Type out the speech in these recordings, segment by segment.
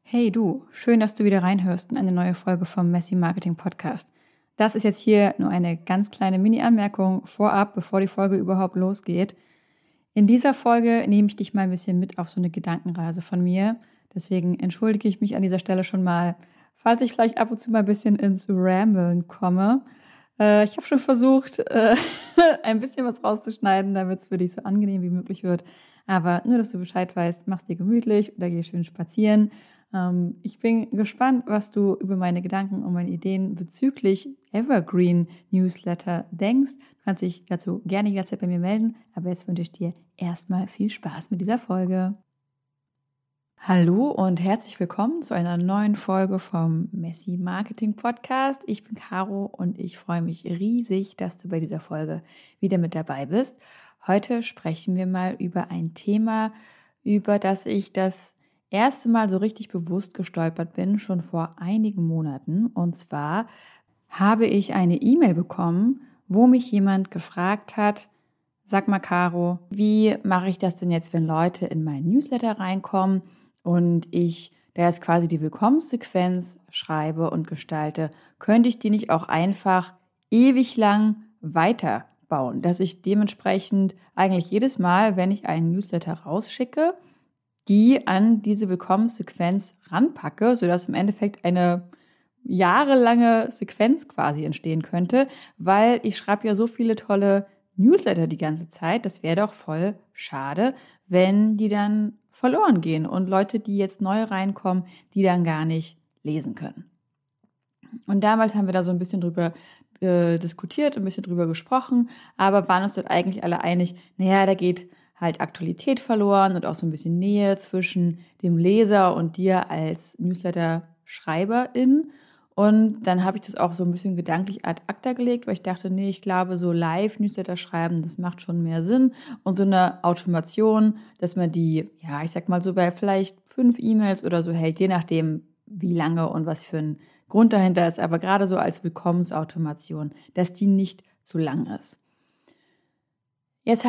Hey du, schön, dass du wieder reinhörst in eine neue Folge vom Messy Marketing Podcast. Das ist jetzt hier nur eine ganz kleine Mini-Anmerkung vorab, bevor die Folge überhaupt losgeht. In dieser Folge nehme ich dich mal ein bisschen mit auf so eine Gedankenreise von mir. Deswegen entschuldige ich mich an dieser Stelle schon mal, falls ich vielleicht ab und zu mal ein bisschen ins Ramblen komme. Ich habe schon versucht, ein bisschen was rauszuschneiden, damit es für dich so angenehm wie möglich wird. Aber nur, dass du Bescheid weißt, mach's dir gemütlich oder geh schön spazieren. Ich bin gespannt, was du über meine Gedanken und meine Ideen bezüglich Evergreen Newsletter denkst. Du kannst dich dazu gerne jederzeit bei mir melden. Aber jetzt wünsche ich dir erstmal viel Spaß mit dieser Folge. Hallo und herzlich willkommen zu einer neuen Folge vom Messy Marketing Podcast. Ich bin Caro und ich freue mich riesig, dass du bei dieser Folge wieder mit dabei bist. Heute sprechen wir mal über ein Thema, über das ich das erste Mal so richtig bewusst gestolpert bin, schon vor einigen Monaten. Und zwar habe ich eine E-Mail bekommen, wo mich jemand gefragt hat: Sag mal, Caro, wie mache ich das denn jetzt, wenn Leute in meinen Newsletter reinkommen und ich da jetzt quasi die Willkommenssequenz schreibe und gestalte? Könnte ich die nicht auch einfach ewig lang weiterbauen, dass ich dementsprechend eigentlich jedes Mal, wenn ich einen Newsletter rausschicke, die an diese Willkommenssequenz ranpacke, sodass im Endeffekt eine jahrelange Sequenz quasi entstehen könnte, weil ich schreibe ja so viele tolle Newsletter die ganze Zeit. Das wäre doch voll schade, wenn die dann verloren gehen und Leute, die jetzt neu reinkommen, die dann gar nicht lesen können. Und damals haben wir da so ein bisschen drüber diskutiert, ein bisschen drüber gesprochen, aber waren uns dort eigentlich alle einig, naja, da geht halt Aktualität verloren und auch so ein bisschen Nähe zwischen dem Leser und dir als Newsletter-Schreiberin. Und dann habe ich das auch so ein bisschen gedanklich ad acta gelegt, weil ich dachte, nee, ich glaube, so Live-Newsletter schreiben, das macht schon mehr Sinn. Und so eine Automation, dass man die, ja, ich sag mal so bei vielleicht 5 E-Mails oder so hält, je nachdem, wie lange und was für ein Grund dahinter ist. Aber gerade so als Willkommensautomation, dass die nicht zu lang ist. Jetzt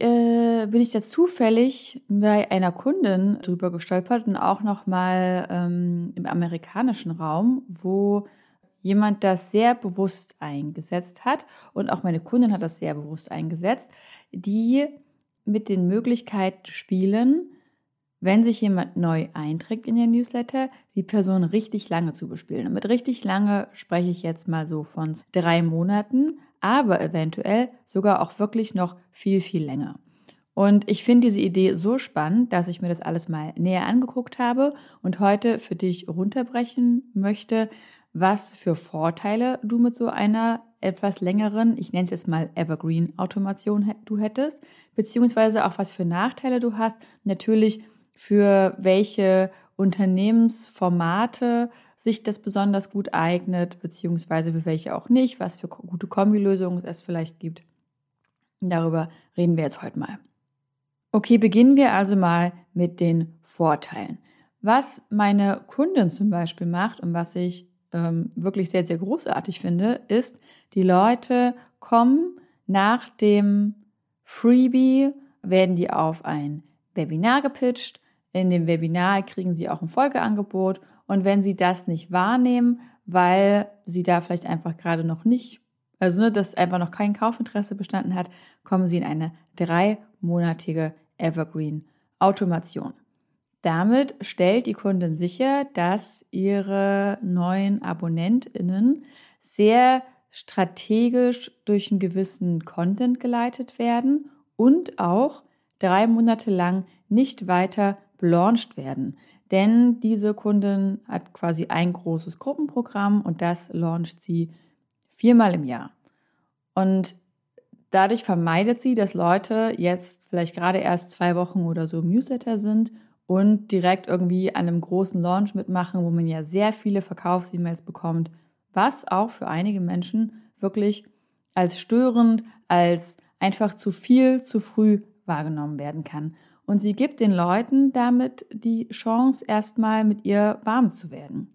bin ich da zufällig bei einer Kundin drüber gestolpert und auch nochmal im amerikanischen Raum, wo jemand das sehr bewusst eingesetzt hat und auch meine Kundin hat das sehr bewusst eingesetzt, die mit den Möglichkeiten spielen, wenn sich jemand neu einträgt in den Newsletter, die Person richtig lange zu bespielen. Und mit richtig lange spreche ich jetzt mal so von 3 Monaten, aber eventuell sogar auch wirklich noch viel, viel länger. Und ich finde diese Idee so spannend, dass ich mir das alles mal näher angeguckt habe und heute für dich runterbrechen möchte, was für Vorteile du mit so einer etwas längeren, ich nenne es jetzt mal Evergreen-Automation du hättest, beziehungsweise auch was für Nachteile du hast. Natürlich für welche Unternehmensformate sich das besonders gut eignet, beziehungsweise für welche auch nicht, was für gute Kombilösungen es vielleicht gibt. Darüber reden wir jetzt heute mal. Okay, beginnen wir also mal mit den Vorteilen. Was meine Kundin zum Beispiel macht und was ich wirklich sehr, sehr großartig finde, ist, die Leute kommen nach dem Freebie, werden die auf ein Webinar gepitcht. In dem Webinar kriegen sie auch ein Folgeangebot und wenn sie das nicht wahrnehmen, weil sie da vielleicht einfach gerade noch nicht, also dass einfach noch kein Kaufinteresse bestanden hat, kommen sie in eine 3-monatige Evergreen-Automation. Damit stellt die Kundin sicher, dass ihre neuen AbonnentInnen sehr strategisch durch einen gewissen Content geleitet werden und auch 3 Monate lang nicht weiter belauncht werden. Denn diese Kundin hat quasi ein großes Gruppenprogramm und das launcht sie 4-mal im Jahr. Und dadurch vermeidet sie, dass Leute jetzt vielleicht gerade erst 2 Wochen oder so im Newsletter sind und direkt irgendwie an einem großen Launch mitmachen, wo man ja sehr viele Verkaufs-E-Mails bekommt, was auch für einige Menschen wirklich als störend, als einfach zu viel, zu früh wahrgenommen werden kann. Und sie gibt den Leuten damit die Chance, erstmal mit ihr warm zu werden.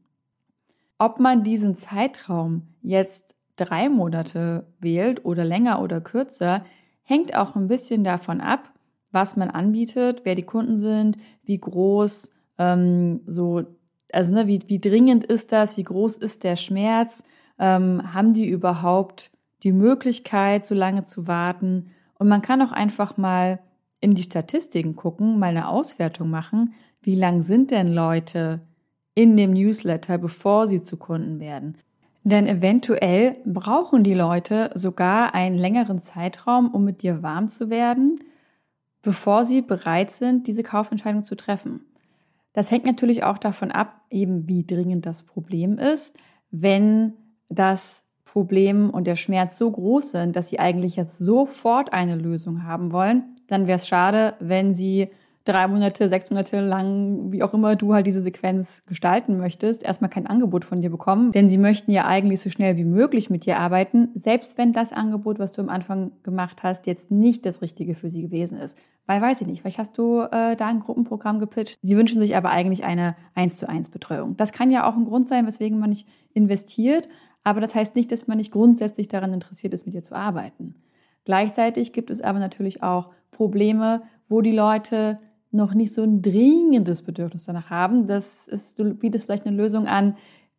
Ob man diesen Zeitraum jetzt 3 Monate wählt oder länger oder kürzer, hängt auch ein bisschen davon ab, was man anbietet, wer die Kunden sind, wie groß so Also wie dringend ist das? Wie groß ist der Schmerz? Haben die überhaupt die Möglichkeit, so lange zu warten? Und man kann auch einfach mal in die Statistiken gucken, mal eine Auswertung machen. Wie lang sind denn Leute in dem Newsletter, bevor sie zu Kunden werden? Denn eventuell brauchen die Leute sogar einen längeren Zeitraum, um mit dir warm zu werden, bevor sie bereit sind, diese Kaufentscheidung zu treffen. Das hängt natürlich auch davon ab, eben wie dringend das Problem ist. Wenn das Problem und der Schmerz so groß sind, dass sie eigentlich jetzt sofort eine Lösung haben wollen, dann wäre es schade, wenn sie 3 Monate, 6 Monate lang, wie auch immer du halt diese Sequenz gestalten möchtest, erstmal kein Angebot von dir bekommen. Denn sie möchten ja eigentlich so schnell wie möglich mit dir arbeiten, selbst wenn das Angebot, was du am Anfang gemacht hast, jetzt nicht das Richtige für sie gewesen ist. Weil, weiß ich nicht, vielleicht hast du da ein Gruppenprogramm gepitcht. Sie wünschen sich aber eigentlich eine 1:1 Betreuung. Das kann ja auch ein Grund sein, weswegen man nicht investiert. Aber das heißt nicht, dass man nicht grundsätzlich daran interessiert ist, mit dir zu arbeiten. Gleichzeitig gibt es aber natürlich auch Probleme, wo die Leute noch nicht so ein dringendes Bedürfnis danach haben. Du bietest vielleicht eine Lösung an,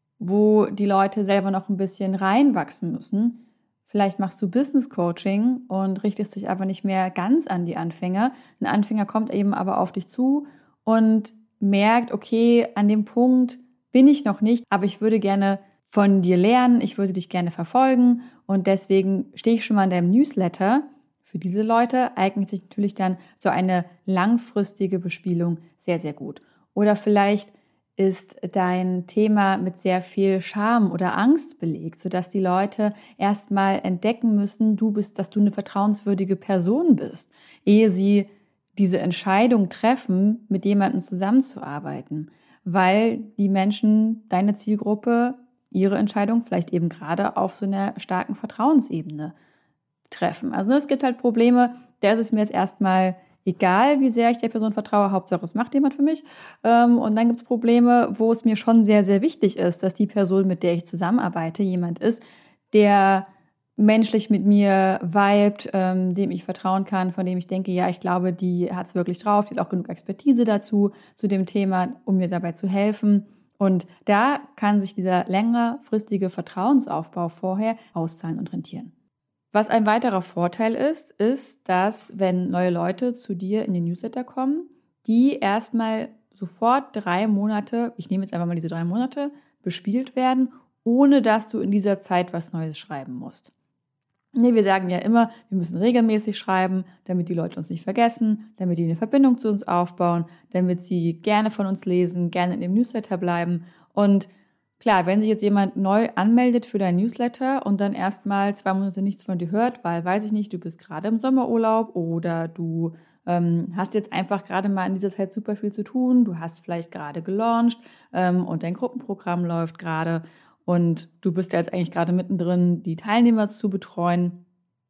wo die Leute selber noch ein bisschen reinwachsen müssen. Vielleicht machst du Business Coaching und richtest dich aber nicht mehr ganz an die Anfänger. Ein Anfänger kommt eben aber auf dich zu und merkt, okay, an dem Punkt bin ich noch nicht, aber ich würde gerne von dir lernen, ich würde dich gerne verfolgen und deswegen stehe ich schon mal in deinem Newsletter. Für diese Leute eignet sich natürlich dann so eine langfristige Bespielung sehr, sehr gut. Oder vielleicht ist dein Thema mit sehr viel Scham oder Angst belegt, sodass die Leute erstmal entdecken müssen, dass du eine vertrauenswürdige Person bist, ehe sie diese Entscheidung treffen, mit jemandem zusammenzuarbeiten, weil die Menschen, deine Zielgruppe, ihre Entscheidung vielleicht eben gerade auf so einer starken Vertrauensebene treffen. Also es gibt halt Probleme, da ist es mir jetzt erstmal egal, wie sehr ich der Person vertraue, Hauptsache es macht jemand für mich. Und dann gibt es Probleme, wo es mir schon sehr, sehr wichtig ist, dass die Person, mit der ich zusammenarbeite, jemand ist, der menschlich mit mir vibet, dem ich vertrauen kann, von dem ich denke, ja, ich glaube, die hat es wirklich drauf, die hat auch genug Expertise dazu, zu dem Thema, um mir dabei zu helfen. Und da kann sich dieser längerfristige Vertrauensaufbau vorher auszahlen und rentieren. Was ein weiterer Vorteil ist, dass wenn neue Leute zu dir in den Newsletter kommen, die erstmal sofort 3 Monate, ich nehme jetzt einfach mal diese 3 Monate, bespielt werden, ohne dass du in dieser Zeit was Neues schreiben musst. Nee, wir sagen ja immer, wir müssen regelmäßig schreiben, damit die Leute uns nicht vergessen, damit die eine Verbindung zu uns aufbauen, damit sie gerne von uns lesen, gerne in dem Newsletter bleiben. Und klar, wenn sich jetzt jemand neu anmeldet für dein Newsletter und dann erstmal 2 Monate nichts von dir hört, weil, weiß ich nicht, du bist gerade im Sommerurlaub oder du hast jetzt einfach gerade mal in dieser Zeit super viel zu tun, du hast vielleicht gerade gelauncht und dein Gruppenprogramm läuft gerade und du bist ja jetzt eigentlich gerade mittendrin, die Teilnehmer zu betreuen,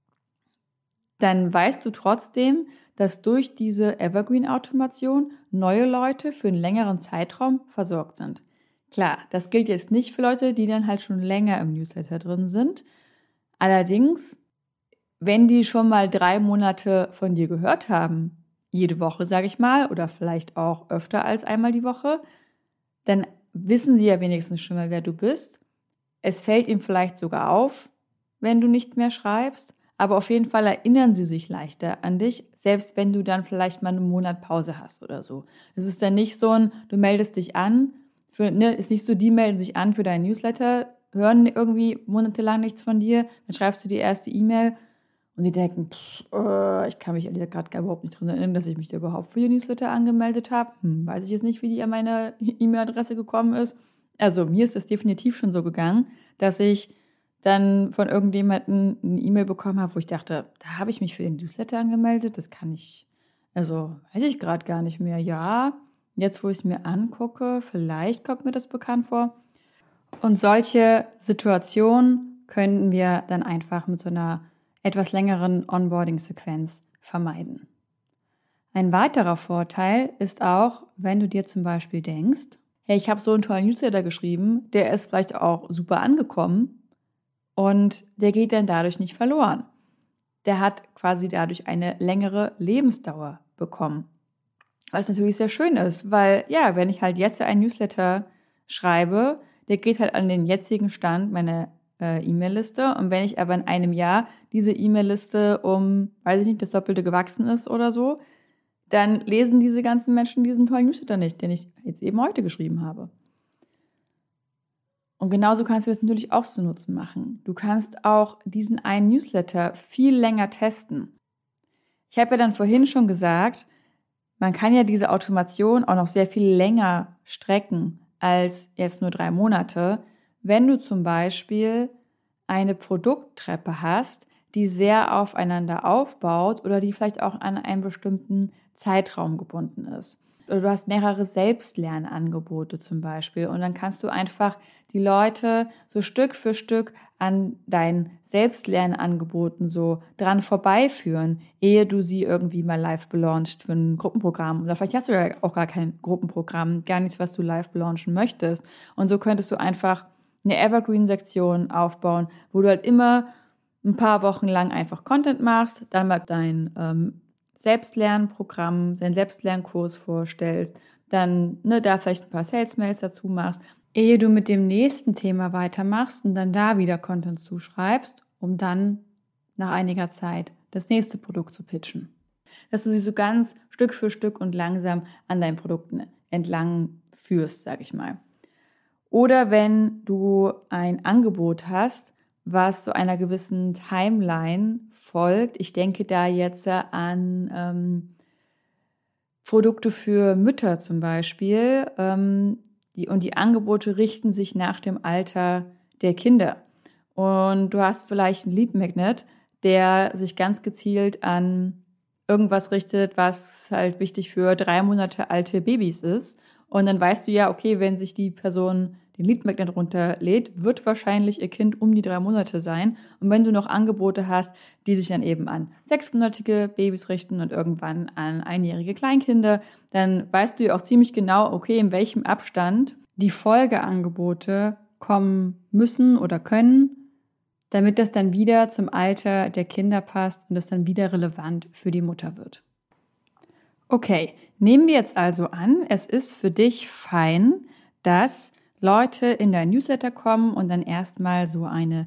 dann weißt du trotzdem, dass durch diese Evergreen-Automation neue Leute für einen längeren Zeitraum versorgt sind. Klar, das gilt jetzt nicht für Leute, die dann halt schon länger im Newsletter drin sind. Allerdings, wenn die schon mal 3 Monate von dir gehört haben, jede Woche, sage ich mal, oder vielleicht auch öfter als einmal die Woche, dann wissen sie ja wenigstens schon mal, wer du bist. Es fällt ihnen vielleicht sogar auf, wenn du nicht mehr schreibst, aber auf jeden Fall erinnern sie sich leichter an dich, selbst wenn du dann vielleicht mal einen Monat Pause hast oder so. Es ist dann nicht so du meldest dich an, ist nicht so, die melden sich an für deinen Newsletter, hören irgendwie monatelang nichts von dir, dann schreibst du die erste E-Mail und die denken, ich kann mich ehrlich gesagt gerade überhaupt nicht daran erinnern, dass ich mich da überhaupt für ihr Newsletter angemeldet habe. Weiß ich jetzt nicht, wie die an meine E-Mail-Adresse gekommen ist. Also mir ist das definitiv schon so gegangen, dass ich dann von irgendjemandem eine E-Mail bekommen habe, wo ich dachte, da habe ich mich für den Newsletter angemeldet, weiß ich gerade gar nicht mehr. Ja, jetzt, wo ich es mir angucke, vielleicht kommt mir das bekannt vor. Und solche Situationen können wir dann einfach mit so einer etwas längeren Onboarding-Sequenz vermeiden. Ein weiterer Vorteil ist auch, wenn du dir zum Beispiel denkst, hey, ich habe so einen tollen Newsletter geschrieben, der ist vielleicht auch super angekommen und der geht dann dadurch nicht verloren. Der hat quasi dadurch eine längere Lebensdauer bekommen. Was natürlich sehr schön ist, weil ja, wenn ich halt jetzt einen Newsletter schreibe, der geht halt an den jetzigen Stand meiner E-Mail-Liste. Und wenn ich aber in einem Jahr diese E-Mail-Liste weiß ich nicht, das Doppelte gewachsen ist oder so, dann lesen diese ganzen Menschen diesen tollen Newsletter nicht, den ich jetzt eben heute geschrieben habe. Und genauso kannst du das natürlich auch zu Nutzen machen. Du kannst auch diesen einen Newsletter viel länger testen. Ich habe ja dann vorhin schon gesagt, man kann ja diese Automation auch noch sehr viel länger strecken als jetzt nur 3 Monate, wenn du zum Beispiel eine Produkttreppe hast, die sehr aufeinander aufbaut oder die vielleicht auch an einen bestimmten Zeitraum gebunden ist. Oder du hast mehrere Selbstlernangebote zum Beispiel und dann kannst du einfach die Leute so Stück für Stück an deinen Selbstlernangeboten so dran vorbeiführen, ehe du sie irgendwie mal live belaunchst für ein Gruppenprogramm. Oder vielleicht hast du ja auch gar kein Gruppenprogramm, gar nichts, was du live belaunchen möchtest. Und so könntest du einfach eine Evergreen-Sektion aufbauen, wo du halt immer ein paar Wochen lang einfach Content machst, dann mal dein Selbstlernprogramm, deinen Selbstlernkurs vorstellst, dann da vielleicht ein paar Sales-Mails dazu machst, ehe du mit dem nächsten Thema weitermachst und dann da wieder Content zuschreibst, um dann nach einiger Zeit das nächste Produkt zu pitchen. Dass du sie so ganz Stück für Stück und langsam an deinen Produkten entlang führst, sag ich mal. Oder wenn du ein Angebot hast, was so einer gewissen Timeline folgt. Ich denke da jetzt an Produkte für Mütter zum Beispiel. Die Angebote richten sich nach dem Alter der Kinder. Und du hast vielleicht einen Lead Magnet, der sich ganz gezielt an irgendwas richtet, was halt wichtig für 3 Monate alte Babys ist. Und dann weißt du ja, okay, wenn sich die Person den Lead Magnet runterlädt, wird wahrscheinlich ihr Kind um die 3 Monate sein. Und wenn du noch Angebote hast, die sich dann eben an 6-monatige Babys richten und irgendwann an 1-jährige Kleinkinder, dann weißt du ja auch ziemlich genau, okay, in welchem Abstand die Folgeangebote kommen müssen oder können, damit das dann wieder zum Alter der Kinder passt und es dann wieder relevant für die Mutter wird. Okay, nehmen wir jetzt also an, es ist für dich fein, dass Leute in dein Newsletter kommen und dann erstmal so eine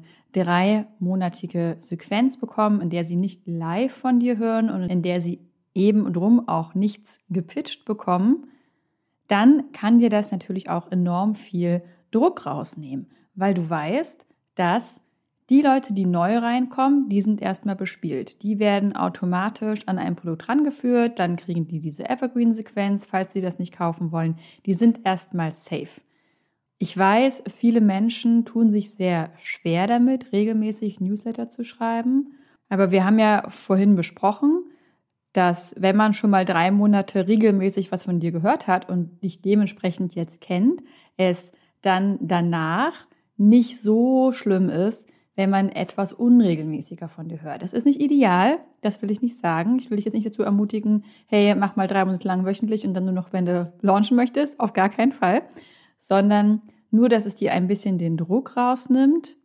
3-monatige Sequenz bekommen, in der sie nicht live von dir hören und in der sie eben drum auch nichts gepitcht bekommen, dann kann dir das natürlich auch enorm viel Druck rausnehmen, weil du weißt, dass die Leute, die neu reinkommen, die sind erstmal bespielt. Die werden automatisch an ein Produkt rangeführt, dann kriegen die diese Evergreen-Sequenz, falls sie das nicht kaufen wollen. Die sind erstmal safe. Ich weiß, viele Menschen tun sich sehr schwer damit, regelmäßig Newsletter zu schreiben. Aber wir haben ja vorhin besprochen, dass wenn man schon mal 3 Monate regelmäßig was von dir gehört hat und dich dementsprechend jetzt kennt, es dann danach nicht so schlimm ist, wenn man etwas unregelmäßiger von dir hört. Das ist nicht ideal, das will ich nicht sagen. Ich will dich jetzt nicht dazu ermutigen, hey, mach mal 3 Monate lang wöchentlich und dann nur noch, wenn du launchen möchtest. Auf gar keinen Fall. Sondern nur, dass es dir ein bisschen den Druck rausnimmt,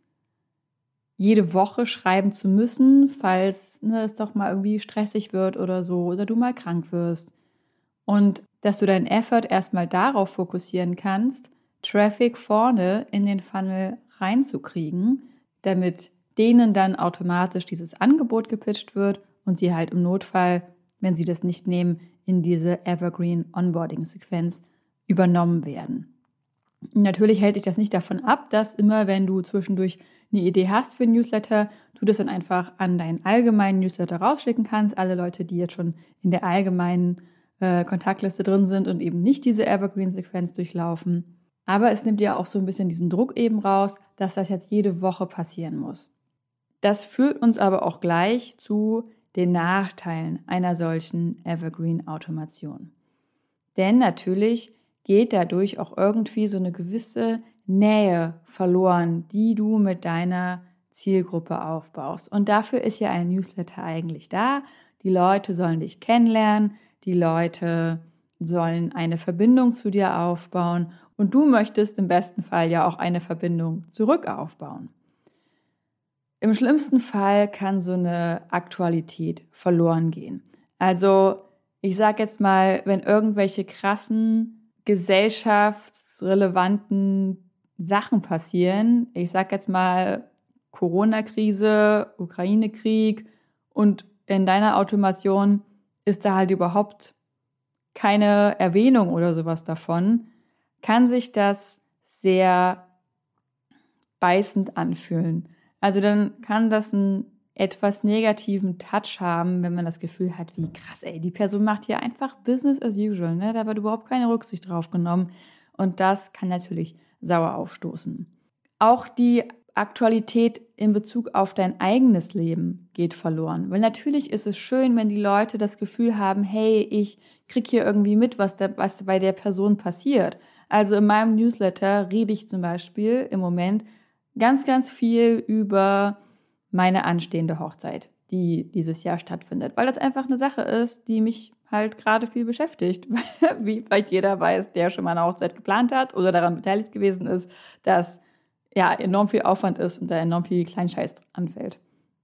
jede Woche schreiben zu müssen, falls es doch mal irgendwie stressig wird oder so oder du mal krank wirst. Und dass du deinen Effort erstmal darauf fokussieren kannst, Traffic vorne in den Funnel reinzukriegen, damit denen dann automatisch dieses Angebot gepitcht wird und sie halt im Notfall, wenn sie das nicht nehmen, in diese Evergreen Onboarding Sequenz übernommen werden. Natürlich hält dich das nicht davon ab, dass immer, wenn du zwischendurch eine Idee hast für ein Newsletter, du das dann einfach an deinen allgemeinen Newsletter rausschicken kannst. Alle Leute, die jetzt schon in der allgemeinen Kontaktliste drin sind und eben nicht diese Evergreen-Sequenz durchlaufen. Aber es nimmt dir auch so ein bisschen diesen Druck eben raus, dass das jetzt jede Woche passieren muss. Das führt uns aber auch gleich zu den Nachteilen einer solchen Evergreen-Automation. Denn natürlich geht dadurch auch irgendwie so eine gewisse Nähe verloren, die du mit deiner Zielgruppe aufbaust. Und dafür ist ja ein Newsletter eigentlich da. Die Leute sollen dich kennenlernen, die Leute sollen eine Verbindung zu dir aufbauen und du möchtest im besten Fall ja auch eine Verbindung zurück aufbauen. Im schlimmsten Fall kann so eine Aktualität verloren gehen. Also ich sage jetzt mal, wenn irgendwelche krassen alltagsrelevanten Sachen passieren. Ich sage jetzt mal Corona-Krise, Ukraine-Krieg und in deiner Automation ist da halt überhaupt keine Erwähnung oder sowas davon, kann sich das sehr beißend anfühlen. Also dann kann das einen etwas negativen Touch haben, wenn man das Gefühl hat, wie krass, ey, die Person macht hier einfach Business as usual, ne? Da wird überhaupt keine Rücksicht drauf genommen. Und das kann natürlich sauer aufstoßen. Auch die Aktualität in Bezug auf dein eigenes Leben geht verloren. Weil natürlich ist es schön, wenn die Leute das Gefühl haben, hey, ich kriege hier irgendwie mit, was bei der Person passiert. Also in meinem Newsletter rede ich zum Beispiel im Moment ganz, ganz viel über meine anstehende Hochzeit, die dieses Jahr stattfindet. Weil das einfach eine Sache ist, die mich halt gerade viel beschäftigt. Wie vielleicht jeder weiß, der schon mal eine Hochzeit geplant hat oder daran beteiligt gewesen ist, dass ja enorm viel Aufwand ist und da enorm viel Kleinscheiß anfällt.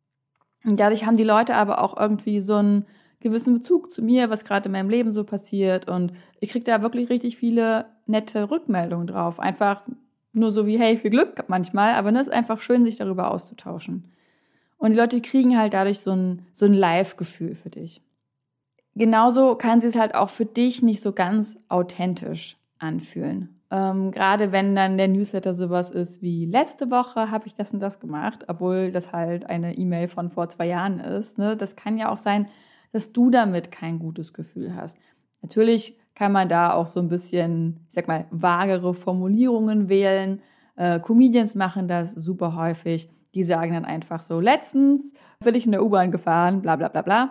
Und dadurch haben die Leute aber auch irgendwie so einen gewissen Bezug zu mir, was gerade in meinem Leben so passiert. Und ich kriege da wirklich richtig viele nette Rückmeldungen drauf. Einfach nur so wie, hey, viel Glück manchmal, aber es ist einfach schön, sich darüber auszutauschen. Und die Leute kriegen halt dadurch so ein Live-Gefühl für dich. Genauso kann sie es halt auch für dich nicht so ganz authentisch anfühlen. Gerade wenn dann der Newsletter sowas ist wie letzte Woche habe ich das und das gemacht, obwohl das halt eine E-Mail von vor 2 Jahren ist. Ne? Das kann ja auch sein, dass du damit kein gutes Gefühl hast. Natürlich kann man da auch so ein bisschen, ich sag mal, vagere Formulierungen wählen. Comedians machen das super häufig. Die sagen dann einfach so, letztens bin ich in der U-Bahn gefahren, bla bla bla bla.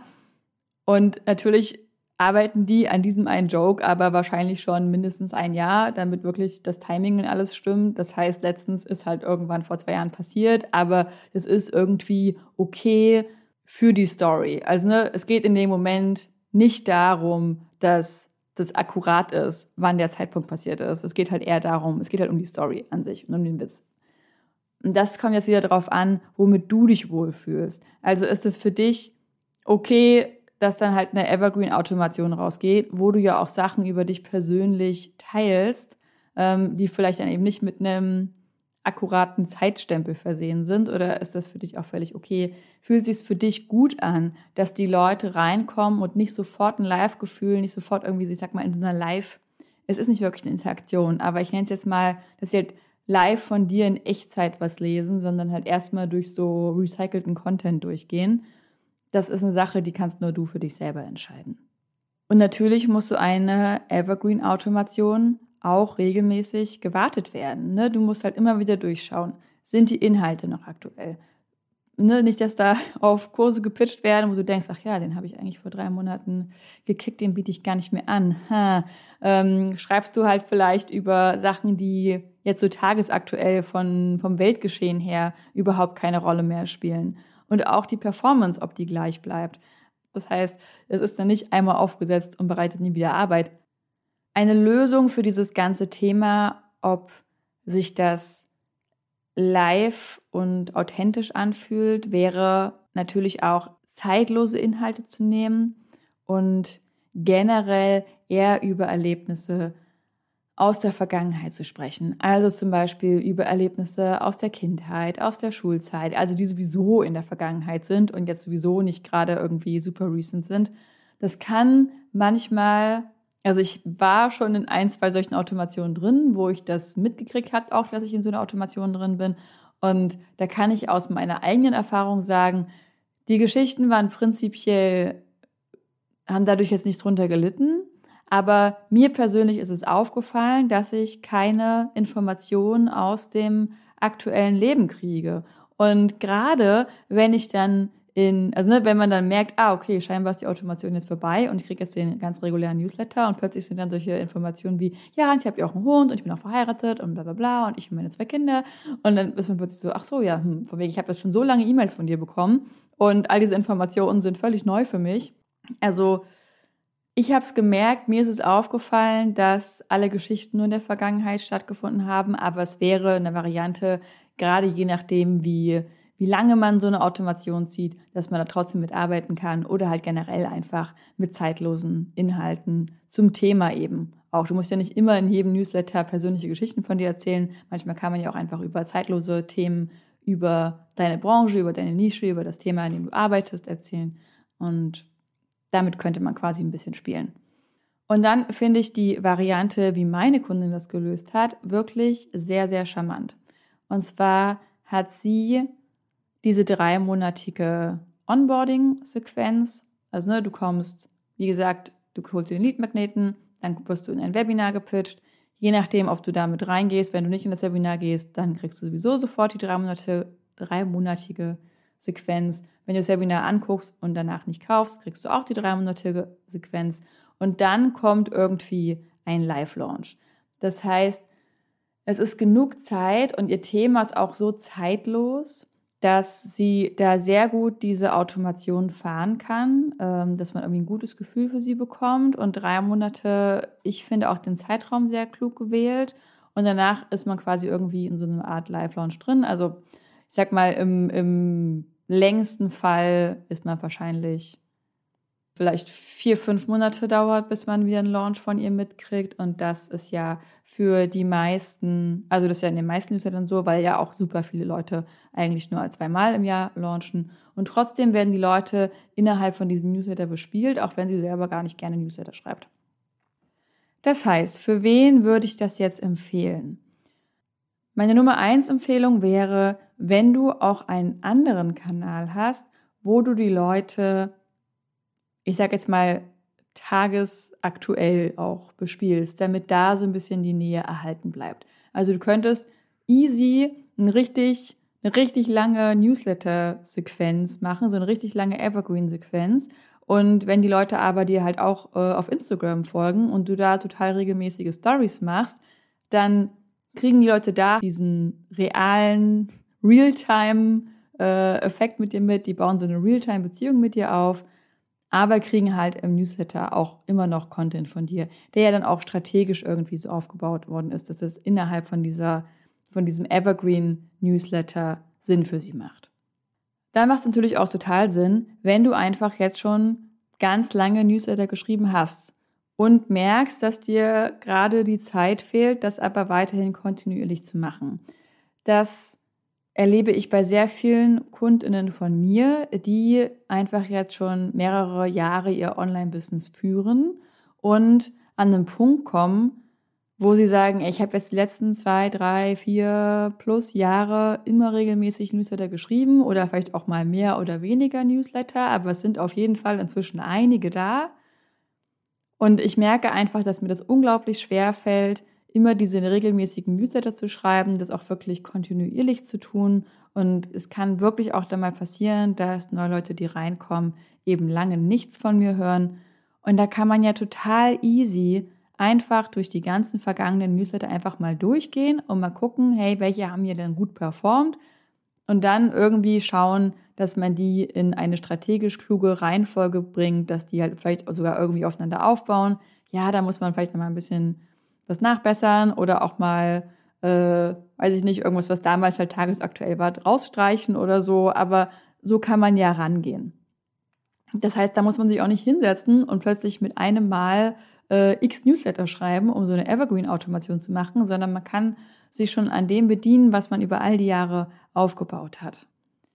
Und natürlich arbeiten die an diesem einen Joke, aber wahrscheinlich schon mindestens 1 Jahr, damit wirklich das Timing und alles stimmt. Das heißt, letztens ist halt irgendwann vor 2 Jahren passiert, aber es ist irgendwie okay für die Story. Also es geht in dem Moment nicht darum, dass das akkurat ist, wann der Zeitpunkt passiert ist. Es geht halt eher darum, es geht halt um die Story an sich und um den Witz. Und das kommt jetzt wieder darauf an, womit du dich wohlfühlst. Also ist es für dich okay, dass dann halt eine Evergreen-Automation rausgeht, wo du ja auch Sachen über dich persönlich teilst, die vielleicht dann eben nicht mit einem akkuraten Zeitstempel versehen sind? Oder ist das für dich auch völlig okay? Fühlt es sich für dich gut an, dass die Leute reinkommen und nicht sofort ein Live-Gefühl, nicht sofort irgendwie, ich sag mal, in so einer Live, es ist nicht wirklich eine Interaktion, aber ich nenne es jetzt mal, dass sie halt live von dir in Echtzeit was lesen, sondern halt erstmal durch so recycelten Content durchgehen. Das ist eine Sache, die kannst nur du für dich selber entscheiden. Und natürlich musst du eine Evergreen-Automation auch regelmäßig gewartet werden. Ne? Du musst halt immer wieder durchschauen, sind die Inhalte noch aktuell? Ne? Nicht, dass da auf Kurse gepitcht werden, wo du denkst, ach ja, den habe ich eigentlich vor 3 Monaten gekickt, den biete ich gar nicht mehr an. Schreibst du halt vielleicht über Sachen, die jetzt so tagesaktuell vom Weltgeschehen her überhaupt keine Rolle mehr spielen. Und auch die Performance, ob die gleich bleibt. Das heißt, es ist dann nicht einmal aufgesetzt und bereitet nie wieder Arbeit. Eine Lösung für dieses ganze Thema, ob sich das live und authentisch anfühlt, wäre natürlich auch zeitlose Inhalte zu nehmen und generell eher über Erlebnisse aus der Vergangenheit zu sprechen. Also zum Beispiel über Erlebnisse aus der Kindheit, aus der Schulzeit, also die sowieso in der Vergangenheit sind und jetzt sowieso nicht gerade irgendwie super recent sind. Das kann manchmal, also ich war schon in 1, 2 solchen Automationen drin, wo ich das mitgekriegt habe, auch dass ich in so einer Automation drin bin. Und da kann ich aus meiner eigenen Erfahrung sagen, die Geschichten waren prinzipiell, haben dadurch jetzt nicht drunter gelitten. Aber mir persönlich ist es aufgefallen, dass ich keine Informationen aus dem aktuellen Leben kriege. Und gerade wenn ich dann wenn man dann merkt, okay, scheinbar ist die Automation jetzt vorbei und ich kriege jetzt den ganz regulären Newsletter und plötzlich sind dann solche Informationen wie, ja, ich habe ja auch einen Hund und ich bin auch verheiratet und bla bla bla und ich und meine 2 Kinder. Und dann ist man plötzlich so, ach so, ja, von wegen, ich habe jetzt schon so lange E-Mails von dir bekommen und all diese Informationen sind völlig neu für mich. Also ich habe es gemerkt, mir ist es aufgefallen, dass alle Geschichten nur in der Vergangenheit stattgefunden haben, aber es wäre eine Variante, gerade je nachdem, wie lange man so eine Automation zieht, dass man da trotzdem mitarbeiten kann oder halt generell einfach mit zeitlosen Inhalten zum Thema eben auch. Du musst ja nicht immer in jedem Newsletter persönliche Geschichten von dir erzählen. Manchmal kann man ja auch einfach über zeitlose Themen, über deine Branche, über deine Nische, über das Thema, an dem du arbeitest, erzählen. Und damit könnte man quasi ein bisschen spielen. Und dann finde ich die Variante, wie meine Kundin das gelöst hat, wirklich sehr, sehr charmant. Und zwar hat sie diese 3-monatige Onboarding-Sequenz. Also du kommst, wie gesagt, du holst dir den Lead-Magneten, dann wirst du in ein Webinar gepitcht. Je nachdem, ob du da mit reingehst, wenn du nicht in das Webinar gehst, dann kriegst du sowieso sofort die 3-monatige Sequenz. Wenn du das Webinar anguckst und danach nicht kaufst, kriegst du auch die 3-monatige Sequenz. Und dann kommt irgendwie ein Live-Launch. Das heißt, es ist genug Zeit und ihr Thema ist auch so zeitlos, dass sie da sehr gut diese Automation fahren kann, dass man irgendwie ein gutes Gefühl für sie bekommt. Und 3 Monate, ich finde auch den Zeitraum sehr klug gewählt. Und danach ist man quasi irgendwie in so einer Art Live-Launch drin. Also ich sag mal, im längsten Fall ist man wahrscheinlich vielleicht 4-5 Monate dauert, bis man wieder einen Launch von ihr mitkriegt. Und das ist ja für die meisten, also das ist ja in den meisten Newslettern so, weil ja auch super viele Leute eigentlich nur 2-mal im Jahr launchen. Und trotzdem werden die Leute innerhalb von diesem Newsletter bespielt, auch wenn sie selber gar nicht gerne Newsletter schreibt. Das heißt, für wen würde ich das jetzt empfehlen? Meine Nummer 1 Empfehlung wäre, wenn du auch einen anderen Kanal hast, wo du die Leute, ich sage jetzt mal, tagesaktuell auch bespielst, damit da so ein bisschen die Nähe erhalten bleibt. Also du könntest easy eine richtig lange Newsletter-Sequenz machen, so eine richtig lange Evergreen-Sequenz. Und wenn die Leute aber dir halt auch auf Instagram folgen und du da total regelmäßige Stories machst, dann kriegen die Leute da diesen realen Realtime-Effekt mit dir mit. Die bauen so eine Realtime-Beziehung mit dir auf, aber kriegen halt im Newsletter auch immer noch Content von dir, der ja dann auch strategisch irgendwie so aufgebaut worden ist, dass es innerhalb von diesem Evergreen-Newsletter Sinn für sie macht. Dann macht es natürlich auch total Sinn, wenn du einfach jetzt schon ganz lange Newsletter geschrieben hast und merkst, dass dir gerade die Zeit fehlt, das aber weiterhin kontinuierlich zu machen. Das erlebe ich bei sehr vielen KundInnen von mir, die einfach jetzt schon mehrere Jahre ihr Online-Business führen und an einen Punkt kommen, wo sie sagen, ich habe jetzt die letzten 2, 3, 4 plus Jahre immer regelmäßig Newsletter geschrieben oder vielleicht auch mal mehr oder weniger Newsletter, aber es sind auf jeden Fall inzwischen einige da. Und ich merke einfach, dass mir das unglaublich schwer fällt, immer diese regelmäßigen Newsletter zu schreiben, das auch wirklich kontinuierlich zu tun. Und es kann wirklich auch dann mal passieren, dass neue Leute, die reinkommen, eben lange nichts von mir hören. Und da kann man ja total easy einfach durch die ganzen vergangenen Newsletter einfach mal durchgehen und mal gucken, hey, welche haben hier denn gut performt? Und dann irgendwie schauen, dass man die in eine strategisch kluge Reihenfolge bringt, dass die halt vielleicht sogar irgendwie aufeinander aufbauen. Ja, da muss man vielleicht noch mal ein bisschen was nachbessern oder auch mal, weiß ich nicht, irgendwas, was damals halt tagesaktuell war, rausstreichen oder so. Aber so kann man ja rangehen. Das heißt, da muss man sich auch nicht hinsetzen und plötzlich mit einem Mal x Newsletter schreiben, um so eine Evergreen-Automation zu machen, sondern man kann sich schon an dem bedienen, was man über all die Jahre aufgebaut hat.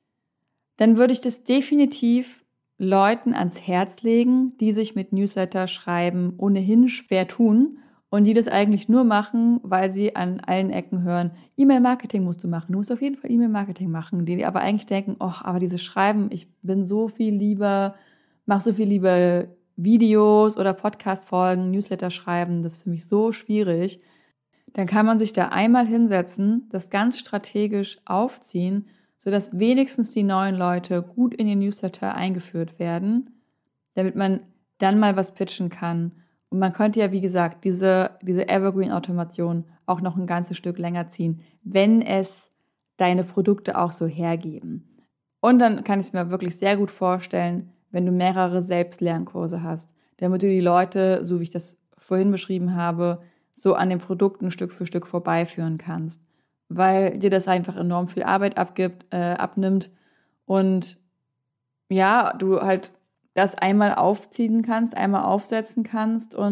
Dann würde ich das definitiv Leuten ans Herz legen, die sich mit Newsletter schreiben ohnehin schwer tun und die das eigentlich nur machen, weil sie an allen Ecken hören, E-Mail-Marketing musst du machen, du musst auf jeden Fall E-Mail-Marketing machen, die aber eigentlich denken, aber dieses Schreiben, ich bin so viel lieber, mache so viel lieber Videos oder Podcast-Folgen, Newsletter schreiben, das ist für mich so schwierig. Dann kann man sich da einmal hinsetzen, das ganz strategisch aufziehen, sodass wenigstens die neuen Leute gut in den Newsletter eingeführt werden, damit man dann mal was pitchen kann. Und man könnte ja, wie gesagt, diese Evergreen-Automation auch noch ein ganzes Stück länger ziehen, wenn es deine Produkte auch so hergeben. Und dann kann ich es mir wirklich sehr gut vorstellen, wenn du mehrere Selbstlernkurse hast, damit du die Leute, so wie ich das vorhin beschrieben habe, so an den Produkten Stück für Stück vorbeiführen kannst, weil dir das einfach enorm viel Arbeit abnimmt und ja, du halt das einmal aufziehen kannst, einmal aufsetzen kannst und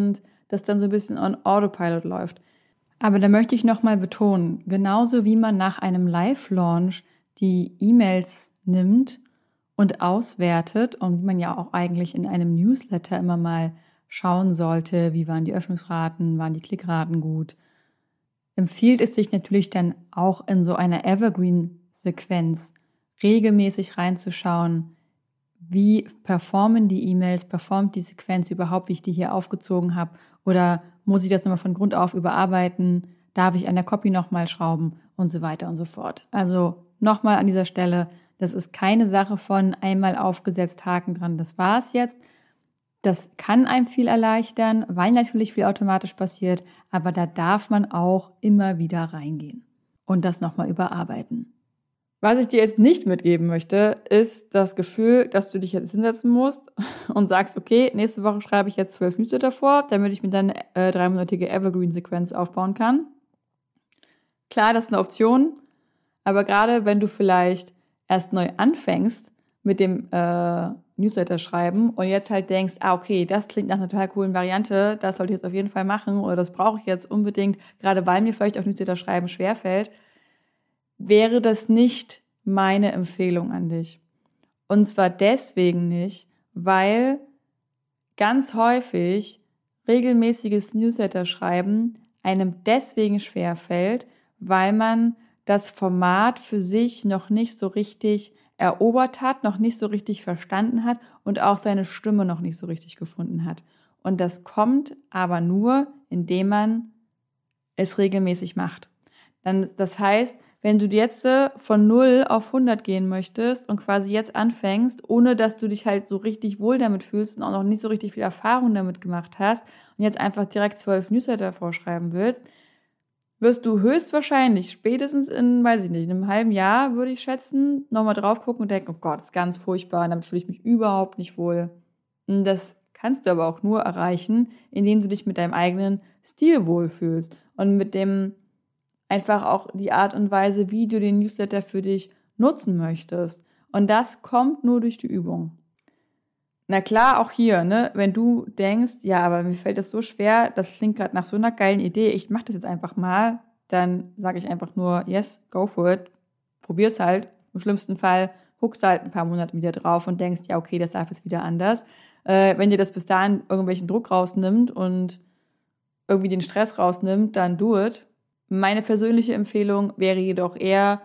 das dann so ein bisschen on Autopilot läuft. Aber da möchte ich nochmal betonen, genauso wie man nach einem Live-Launch die E-Mails nimmt und auswertet und wie man ja auch eigentlich in einem Newsletter immer mal schauen sollte, wie waren die Öffnungsraten, waren die Klickraten gut, empfiehlt es sich natürlich dann auch in so einer Evergreen-Sequenz regelmäßig reinzuschauen, wie performen die E-Mails, performt die Sequenz überhaupt, wie ich die hier aufgezogen habe, oder muss ich das nochmal von Grund auf überarbeiten, darf ich an der Copy nochmal schrauben und so weiter und so fort. Also nochmal an dieser Stelle, das ist keine Sache von einmal aufgesetzt, Haken dran, das war's jetzt. Das kann einem viel erleichtern, weil natürlich viel automatisch passiert, aber da darf man auch immer wieder reingehen und das nochmal überarbeiten. Was ich dir jetzt nicht mitgeben möchte, ist das Gefühl, dass du dich jetzt hinsetzen musst und sagst, okay, nächste Woche schreibe ich jetzt 12 Newsletter vor, damit ich mir dann eine 3-monatige Evergreen-Sequenz aufbauen kann. Klar, das ist eine Option, aber gerade wenn du vielleicht erst neu anfängst mit dem Newsletter schreiben und jetzt halt denkst, okay, das klingt nach einer total coolen Variante, das sollte ich jetzt auf jeden Fall machen oder das brauche ich jetzt unbedingt, gerade weil mir vielleicht auch Newsletter schreiben schwerfällt, wäre das nicht meine Empfehlung an dich. Und zwar deswegen nicht, weil ganz häufig regelmäßiges Newsletter schreiben einem deswegen schwerfällt, weil man das Format für sich noch nicht so richtig erobert hat, noch nicht so richtig verstanden hat und auch seine Stimme noch nicht so richtig gefunden hat. Und das kommt aber nur, indem man es regelmäßig macht. Das heißt, wenn du jetzt von 0 auf 100 gehen möchtest und quasi jetzt anfängst, ohne dass du dich halt so richtig wohl damit fühlst und auch noch nicht so richtig viel Erfahrung damit gemacht hast und jetzt einfach direkt 12 Newsletter vorschreiben willst, wirst du höchstwahrscheinlich spätestens in, weiß ich nicht, in einem halben Jahr, würde ich schätzen, nochmal drauf gucken und denken, oh Gott, das ist ganz furchtbar und damit fühle ich mich überhaupt nicht wohl. Und das kannst du aber auch nur erreichen, indem du dich mit deinem eigenen Stil wohlfühlst und mit dem einfach auch die Art und Weise, wie du den Newsletter für dich nutzen möchtest. Und das kommt nur durch die Übung. Na klar, auch hier, ne, wenn du denkst, ja, aber mir fällt das so schwer, das klingt gerade nach so einer geilen Idee, ich mache das jetzt einfach mal, dann sage ich einfach nur, yes, go for it, probier's halt. Im schlimmsten Fall guckst du halt ein paar Monate wieder drauf und denkst, ja, okay, das darf jetzt wieder anders. Wenn dir das bis dahin irgendwelchen Druck rausnimmt und irgendwie den Stress rausnimmt, dann do it. Meine persönliche Empfehlung wäre jedoch eher,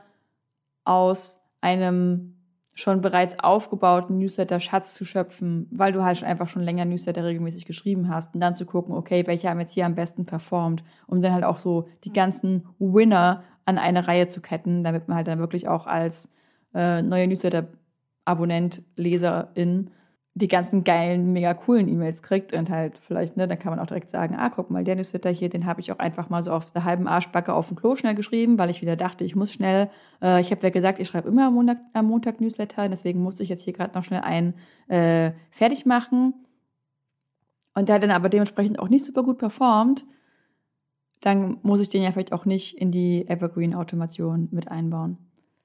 aus einem schon bereits aufgebauten Newsletter-Schatz zu schöpfen, weil du halt einfach schon länger Newsletter regelmäßig geschrieben hast und dann zu gucken, okay, welche haben jetzt hier am besten performt, um dann halt auch so die ganzen Winner an eine Reihe zu ketten, damit man halt dann wirklich auch als neuer Newsletter-Abonnent, Leserin die ganzen geilen, mega coolen E-Mails kriegt und halt vielleicht, ne, dann kann man auch direkt sagen, guck mal, der Newsletter hier, den habe ich auch einfach mal so auf der halben Arschbacke auf dem Klo schnell geschrieben, weil ich wieder dachte, ich muss schnell, ich habe ja gesagt, ich schreibe immer am Montag Newsletter, deswegen musste ich jetzt hier gerade noch schnell einen fertig machen und der hat dann aber dementsprechend auch nicht super gut performt, dann muss ich den ja vielleicht auch nicht in die Evergreen-Automation mit einbauen.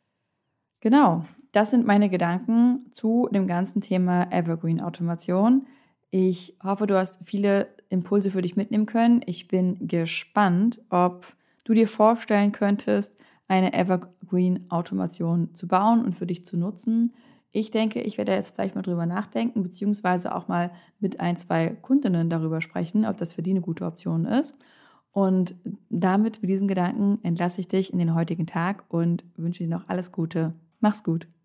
Genau, das sind meine Gedanken zu dem ganzen Thema Evergreen-Automation. Ich hoffe, du hast viele Impulse für dich mitnehmen können. Ich bin gespannt, ob du dir vorstellen könntest, eine Evergreen-Automation zu bauen und für dich zu nutzen. Ich denke, ich werde jetzt vielleicht mal drüber nachdenken, beziehungsweise auch mal mit 1-2 Kundinnen darüber sprechen, ob das für die eine gute Option ist. Und damit, mit diesem Gedanken, entlasse ich dich in den heutigen Tag und wünsche dir noch alles Gute. Mach's gut.